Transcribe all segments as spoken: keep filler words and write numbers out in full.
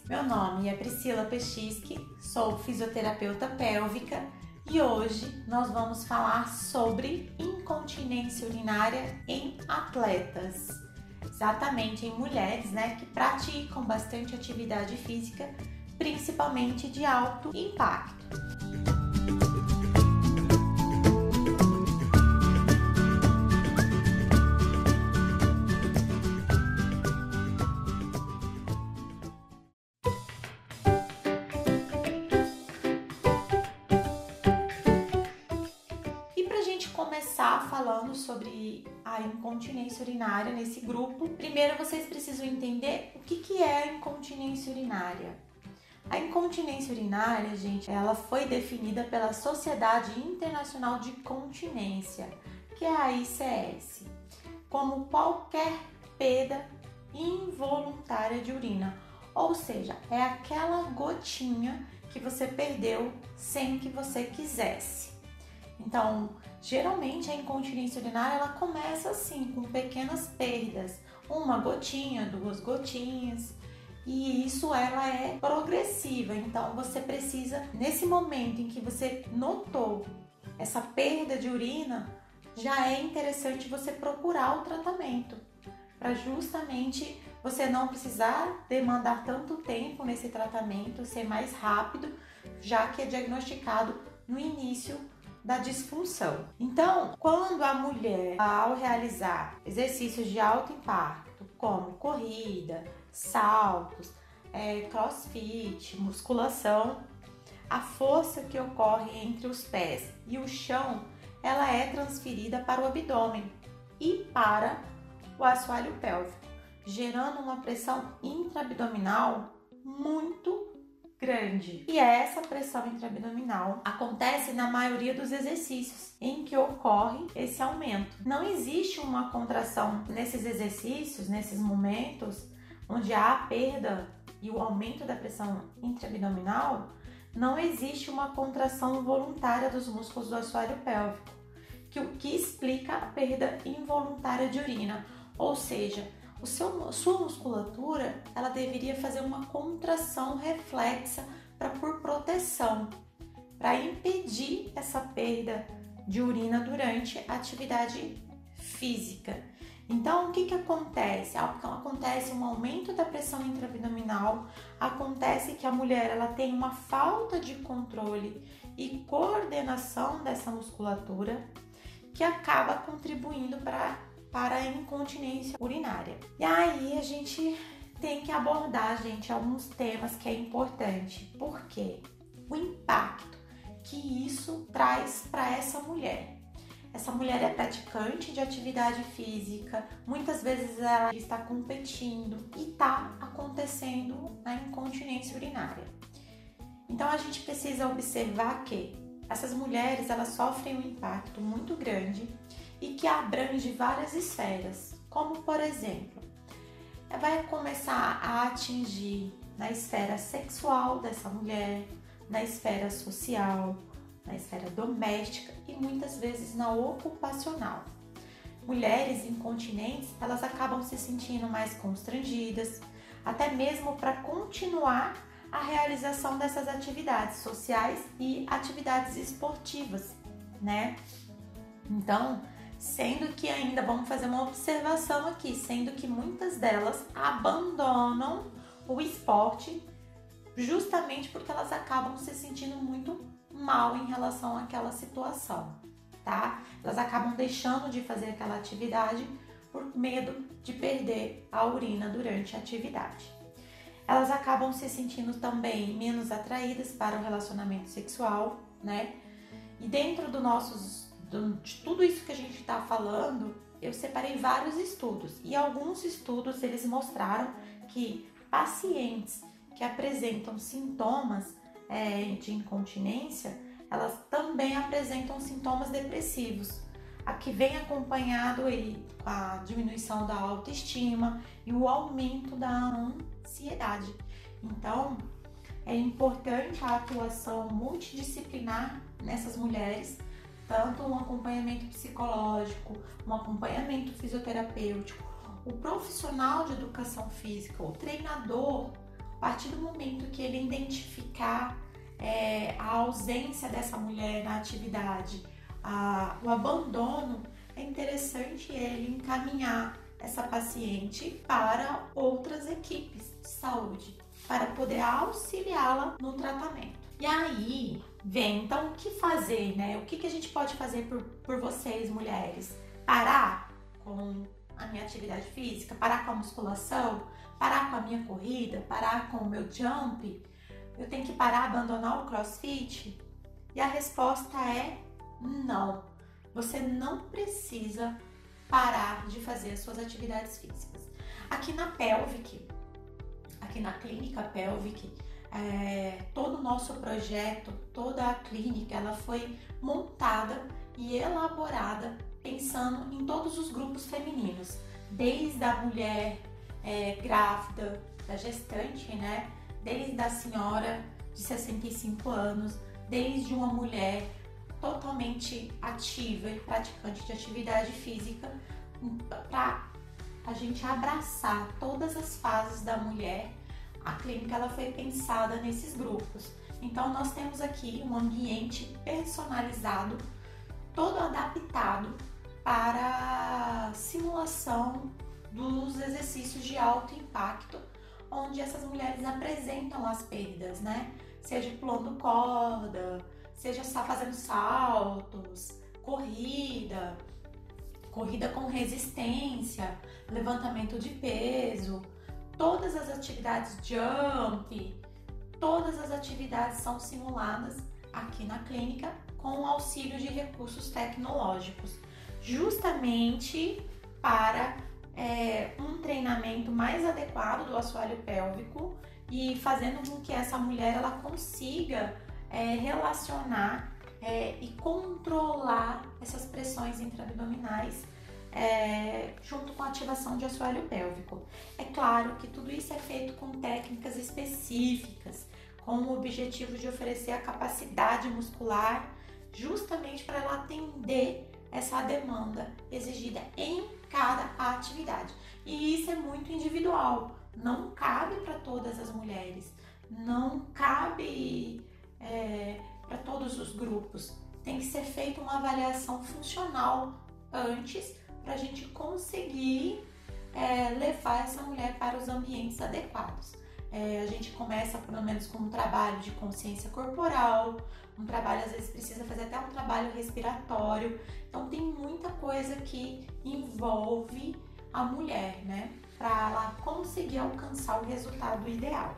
Meu nome é Priscila Pechiski, sou fisioterapeuta pélvica e hoje nós vamos falar sobre incontinência urinária em atletas, exatamente em mulheres, né, que praticam bastante atividade física, principalmente de alto impacto. Começar falando sobre a incontinência urinária nesse grupo. Primeiro vocês precisam entender o que, que é a incontinência urinária. A incontinência urinária, gente, ela foi definida pela Sociedade Internacional de Continência, que é a I C S, como qualquer perda involuntária de urina, ou seja, é aquela gotinha que você perdeu sem que você quisesse. Então, geralmente a incontinência urinária ela começa assim, com pequenas perdas, uma gotinha, duas gotinhas, e isso ela é progressiva. Então, você precisa, nesse momento em que você notou essa perda de urina, já é interessante você procurar o tratamento, para justamente você não precisar demandar tanto tempo nesse tratamento, ser mais rápido, já que é diagnosticado no início da disfunção. Então, quando a mulher, ao realizar exercícios de alto impacto, como corrida, saltos, é, crossfit, musculação, a força que ocorre entre os pés e o chão, ela é transferida para o abdômen e para o assoalho pélvico, gerando uma pressão intraabdominal muito grande. E essa pressão intraabdominal acontece na maioria dos exercícios em que ocorre esse aumento. Não existe uma contração nesses exercícios, nesses momentos onde há a perda e o aumento da pressão intraabdominal, não existe uma contração voluntária dos músculos do assoalho pélvico, que o que explica a perda involuntária de urina, ou seja, O seu, sua musculatura ela deveria fazer uma contração reflexa pra, por proteção, para impedir essa perda de urina durante a atividade física. Então, o que, que acontece? Acontece um aumento da pressão intraabdominal, acontece que a mulher ela tem uma falta de controle e coordenação dessa musculatura, que acaba contribuindo para para a incontinência urinária. E aí a gente tem que abordar, gente, alguns temas que é importante. Por quê? O impacto que isso traz para essa mulher. Essa mulher é praticante de atividade física, muitas vezes ela está competindo e está acontecendo a incontinência urinária. Então a gente precisa observar que essas mulheres elas sofrem um impacto muito grande e que abrange várias esferas, como por exemplo, vai começar a atingir na esfera sexual dessa mulher, na esfera social, na esfera doméstica e muitas vezes na ocupacional. Mulheres incontinentes, elas acabam se sentindo mais constrangidas, até mesmo para continuar a realização dessas atividades sociais e atividades esportivas, né? Então, sendo que ainda, vamos fazer uma observação aqui, sendo que muitas delas abandonam o esporte justamente porque elas acabam se sentindo muito mal em relação àquela situação, tá? Elas acabam deixando de fazer aquela atividade por medo de perder a urina durante a atividade. Elas acabam se sentindo também menos atraídas para o relacionamento sexual, né? E dentro do nossos de tudo isso que a gente está falando, eu separei vários estudos e alguns estudos eles mostraram que pacientes que apresentam sintomas é, de incontinência, elas também apresentam sintomas depressivos, a que vem acompanhado aí com a diminuição da autoestima e o aumento da ansiedade. Então, é importante a atuação multidisciplinar nessas mulheres, tanto um acompanhamento psicológico, um acompanhamento fisioterapêutico, o profissional de educação física, o treinador partir do momento que ele identificar é, a ausência dessa mulher na atividade, a, o abandono, é interessante ele encaminhar essa paciente para outras equipes de saúde, para poder auxiliá-la no tratamento. E aí vem, então, o que fazer, né? O que, que a gente pode fazer por, por vocês, mulheres? Parar com a minha atividade física, parar com a musculação, parar com a minha corrida, parar com o meu jump? Eu tenho que parar, abandonar o crossfit? E a resposta é não. Você não precisa parar de fazer as suas atividades físicas. Aqui na Pelvic, aqui na Clínica Pelvic, é, todo o nosso projeto, toda a clínica, ela foi montada e elaborada pensando em todos os grupos femininos, desde a mulher é, grávida, da gestante, né? Desde a senhora de sessenta e cinco anos, desde uma mulher totalmente ativa e praticante de atividade física, para a gente abraçar todas as fases da mulher. A clínica ela foi pensada nesses grupos. Então nós temos aqui um ambiente personalizado, todo adaptado para a simulação dos exercícios de alto impacto, onde essas mulheres apresentam as perdas, né? Seja pulando corda, seja só fazendo saltos, corrida, corrida com resistência, levantamento de peso, todas as atividades jump, todas as atividades são simuladas aqui na clínica com o auxílio de recursos tecnológicos, justamente para é, um treinamento mais adequado do assoalho pélvico e fazendo com que essa mulher ela consiga é, relacionar é, e controlar essas pressões intraabdominais é, junto com a ativação de assoalho pélvico. É claro que tudo isso é feito com técnicas específicas, com o objetivo de oferecer a capacidade muscular justamente para ela atender essa demanda exigida em cada atividade. E isso é muito individual, não cabe para todas as mulheres, não cabe é, para todos os grupos. Tem que ser feita uma avaliação funcional antes para a gente conseguir é, levar essa mulher para os ambientes adequados. É, a gente começa pelo menos com um trabalho de consciência corporal, um trabalho, às vezes precisa fazer até um trabalho respiratório. Então tem muita coisa que envolve a mulher, né? Para ela conseguir alcançar o resultado ideal.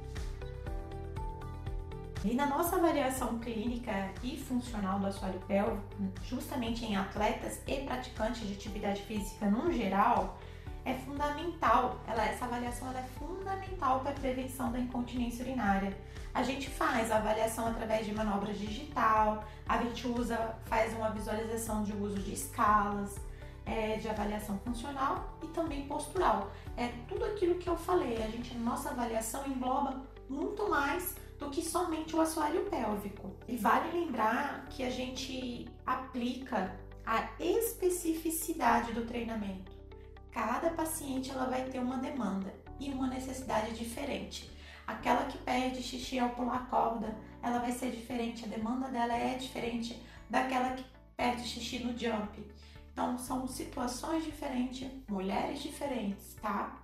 E na nossa avaliação clínica e funcional do assoalho pélvico, justamente em atletas e praticantes de atividade física no geral, é fundamental, ela, essa avaliação ela é fundamental para a prevenção da incontinência urinária. A gente faz a avaliação através de manobras digital, a gente usa, faz uma visualização de uso de escalas, é, de avaliação funcional e também postural. É tudo aquilo que eu falei, a gente, nossa avaliação engloba muito mais do que somente o assoalho pélvico. E vale lembrar que a gente aplica a especificidade do treinamento. Cada paciente ela vai ter uma demanda e uma necessidade diferente. Aquela que perde xixi ao pular corda, ela vai ser diferente, a demanda dela é diferente daquela que perde xixi no jump. Então são situações diferentes, mulheres diferentes, tá?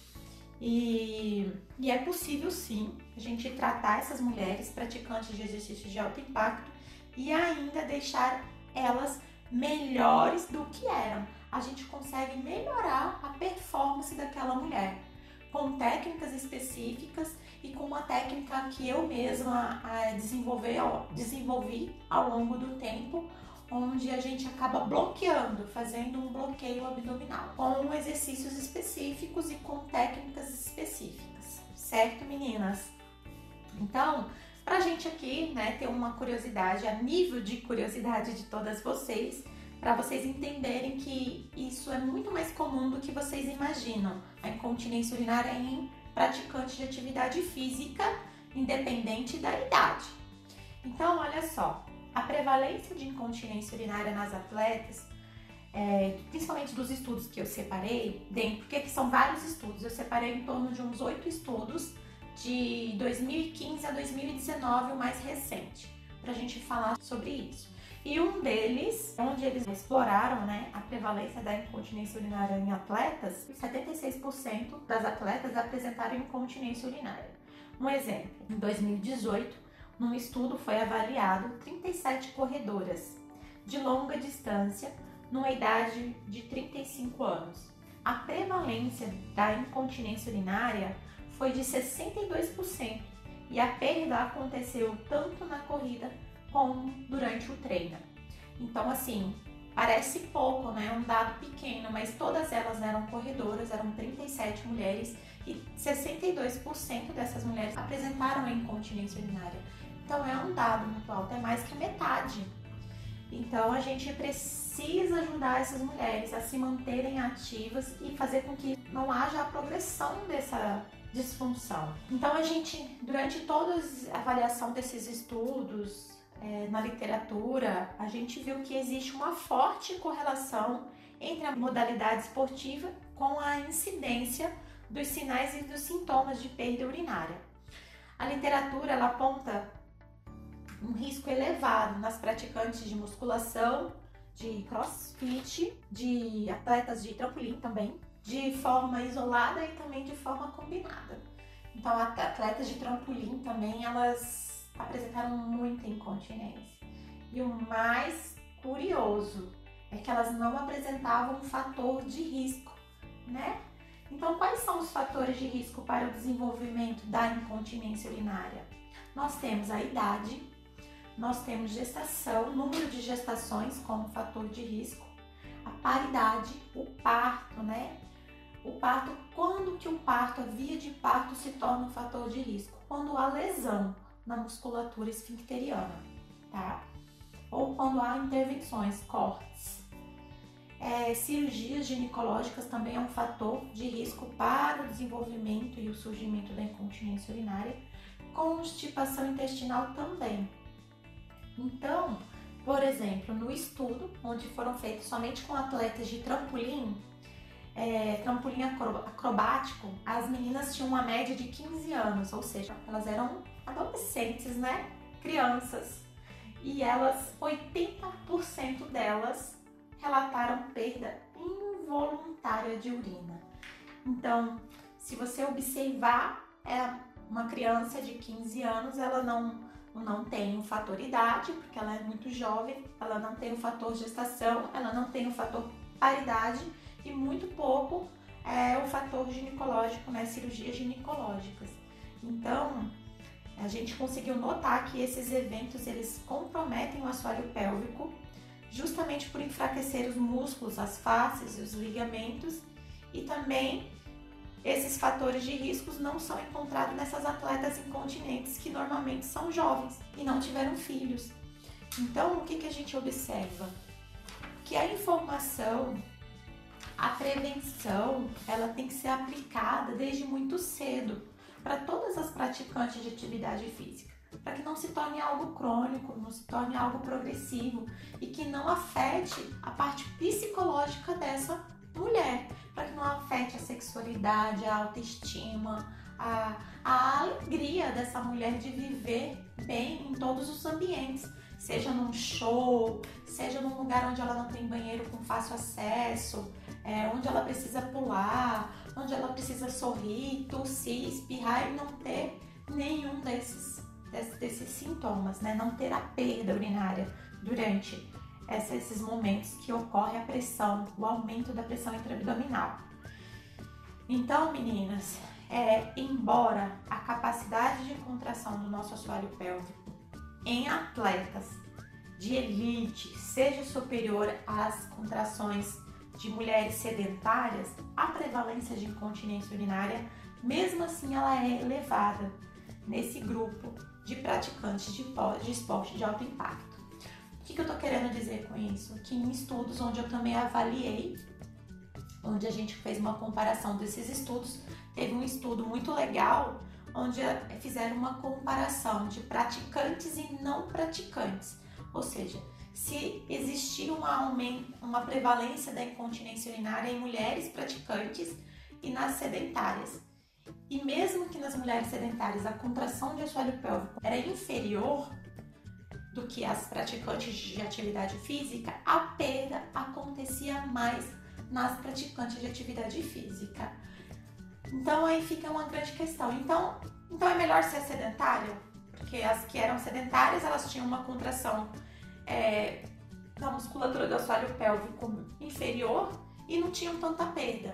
E, e é possível sim a gente tratar essas mulheres praticantes de exercícios de alto impacto e ainda deixar elas melhores do que eram. A gente consegue melhorar a performance daquela mulher com técnicas específicas e com uma técnica que eu mesma é, desenvolvi, desenvolvi ao longo do tempo, onde a gente acaba bloqueando, fazendo um bloqueio abdominal com exercícios específicos e com técnicas específicas, certo, meninas? Então, pra gente aqui, né, ter uma curiosidade, a nível de curiosidade de todas vocês, para vocês entenderem que isso é muito mais comum do que vocês imaginam, a incontinência urinária em praticantes de atividade física, independente da idade. Então, olha só, a prevalência de incontinência urinária nas atletas, é, principalmente dos estudos que eu separei, dentro, porque são vários estudos, eu separei em torno de uns oito estudos de dois mil e quinze a dois mil e dezenove, o mais recente, para a gente falar sobre isso. E um deles, onde eles exploraram, né, a prevalência da incontinência urinária em atletas, setenta e seis por cento das atletas apresentaram incontinência urinária. Um exemplo, em dois mil e dezoito, num estudo foi avaliado trinta e sete corredoras de longa distância numa idade de trinta e cinco anos. A prevalência da incontinência urinária foi de sessenta e dois por cento e a perda aconteceu tanto na corrida como durante o treino. Então, assim, parece pouco, né? Um dado pequeno, mas todas elas eram corredoras, eram trinta e sete mulheres e sessenta e dois por cento dessas mulheres apresentaram incontinência urinária. Então, é um dado muito alto, é mais que metade. Então, a gente precisa ajudar essas mulheres a se manterem ativas e fazer com que não haja a progressão dessa disfunção. Então, a gente, durante toda a avaliação desses estudos, é, na literatura, a gente viu que existe uma forte correlação entre a modalidade esportiva com a incidência dos sinais e dos sintomas de perda urinária. A literatura, ela aponta um risco elevado nas praticantes de musculação, de crossfit, de atletas de trampolim também, de forma isolada e também de forma combinada. Então, atletas de trampolim também, elas apresentaram muita incontinência. E o mais curioso é que elas não apresentavam um fator de risco, né? Então, quais são os fatores de risco para o desenvolvimento da incontinência urinária? Nós temos a idade, nós temos gestação, número de gestações como fator de risco, a paridade, o parto, né? O parto, quando que o parto, a via de parto se torna um fator de risco? Quando há lesão na musculatura esfincteriana, tá? Ou quando há intervenções, cortes. É, cirurgias ginecológicas também é um fator de risco para o desenvolvimento e o surgimento da incontinência urinária. Constipação intestinal também. Então, por exemplo, no estudo, onde foram feitos somente com atletas de trampolim, é, trampolim acrobático, as meninas tinham uma média de quinze anos, ou seja, elas eram adolescentes, né? Crianças. E elas, oitenta por cento delas relataram perda involuntária de urina. Então, se você observar, é uma criança de quinze anos, ela não, não tem o fator idade, porque ela é muito jovem, ela não tem o fator gestação, ela não tem o fator paridade e muito pouco é o fator ginecológico, né? Cirurgias ginecológicas. Então, a gente conseguiu notar que esses eventos, eles comprometem o assoalho pélvico, justamente por enfraquecer os músculos, as faces, os ligamentos, e também esses fatores de riscos não são encontrados nessas atletas incontinentes que normalmente são jovens e não tiveram filhos. Então, o que, que a gente observa? Que a informação, a prevenção, ela tem que ser aplicada desde muito cedo para todas as praticantes de atividade física, para que não se torne algo crônico, não se torne algo progressivo e que não afete a parte psicológica dessa mulher, para que não afete a sexualidade, a autoestima, a, a alegria dessa mulher de viver bem em todos os ambientes, seja num show, seja num lugar onde ela não tem banheiro com fácil acesso, é, onde ela precisa pular, onde ela precisa sorrir, tossir, espirrar e não ter nenhum desses, desses, desses sintomas, né? Não ter a perda urinária durante essa, esses momentos que ocorre a pressão, o aumento da pressão intraabdominal. Então, meninas, é, embora a capacidade de contração do nosso assoalho pélvico em atletas de elite seja superior às contrações de mulheres sedentárias, a prevalência de incontinência urinária, mesmo assim, ela é elevada nesse grupo de praticantes de, de esporte de alto impacto. O que, que eu estou querendo dizer com isso? Que em estudos onde eu também avaliei, onde a gente fez uma comparação desses estudos, teve um estudo muito legal, onde fizeram uma comparação de praticantes e não praticantes, ou seja, se existia uma, uma prevalência da incontinência urinária em mulheres praticantes e nas sedentárias. E mesmo que nas mulheres sedentárias a contração de assoalho pélvico era inferior do que as praticantes de atividade física, a perda acontecia mais nas praticantes de atividade física. Então aí fica uma grande questão. Então, então é melhor ser sedentária? Porque as que eram sedentárias, elas tinham uma contração é, da musculatura do assoalho pélvico inferior e não tinham tanta perda.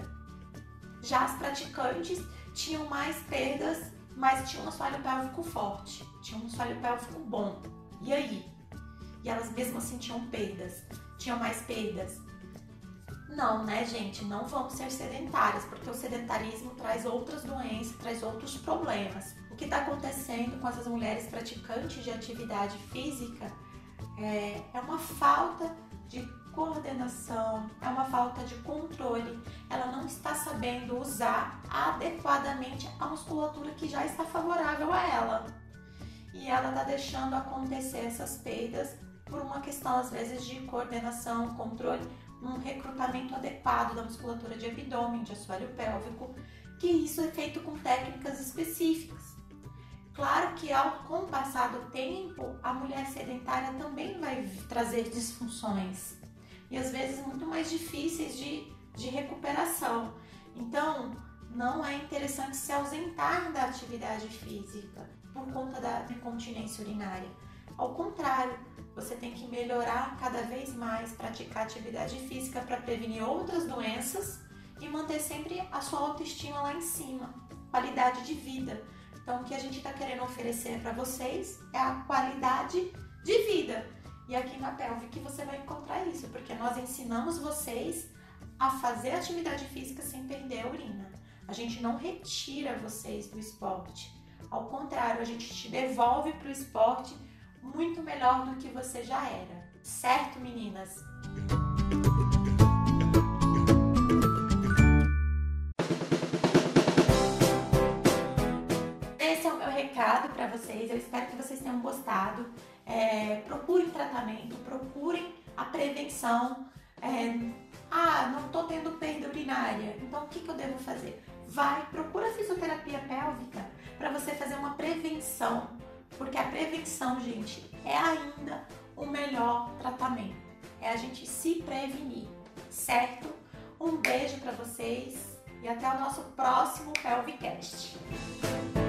Já as praticantes tinham mais perdas, mas tinham um assoalho pélvico forte, tinham um assoalho pélvico bom. E aí? E elas mesmo assim tinham perdas, tinham mais perdas. Não, né, gente? Não vamos ser sedentárias, porque o sedentarismo traz outras doenças, traz outros problemas. O que está acontecendo com essas mulheres praticantes de atividade física é, é uma falta de coordenação, é uma falta de controle. Ela não está sabendo usar adequadamente a musculatura que já está favorável a ela. E ela está deixando acontecer essas perdas por uma questão, às vezes, de coordenação, controle, um recrutamento adequado da musculatura de abdômen, de assoalho pélvico, que isso é feito com técnicas específicas. Claro que ao com o passar do tempo, a mulher sedentária também vai trazer disfunções e às vezes muito mais difíceis de, de recuperação. Então, não é interessante se ausentar da atividade física por conta da incontinência urinária. Ao contrário, você tem que melhorar cada vez mais, praticar atividade física para prevenir outras doenças e manter sempre a sua autoestima lá em cima, qualidade de vida. Então, o que a gente está querendo oferecer para vocês é a qualidade de vida. E aqui na Pelvic você vai encontrar isso, porque nós ensinamos vocês a fazer atividade física sem perder a urina. A gente não retira vocês do esporte. Ao contrário, a gente te devolve para o esporte muito melhor do que você já era. Certo, meninas? Esse é o meu recado para vocês. Eu espero que vocês tenham gostado. É, procurem tratamento, procurem a prevenção. É, ah, não estou tendo perda urinária, então o que, que eu devo fazer? Vai, procura fisioterapia pélvica para você fazer uma prevenção, porque a prevenção, gente, é ainda o melhor tratamento. É a gente se prevenir, certo? Um beijo para vocês e até o nosso próximo Pelvicast.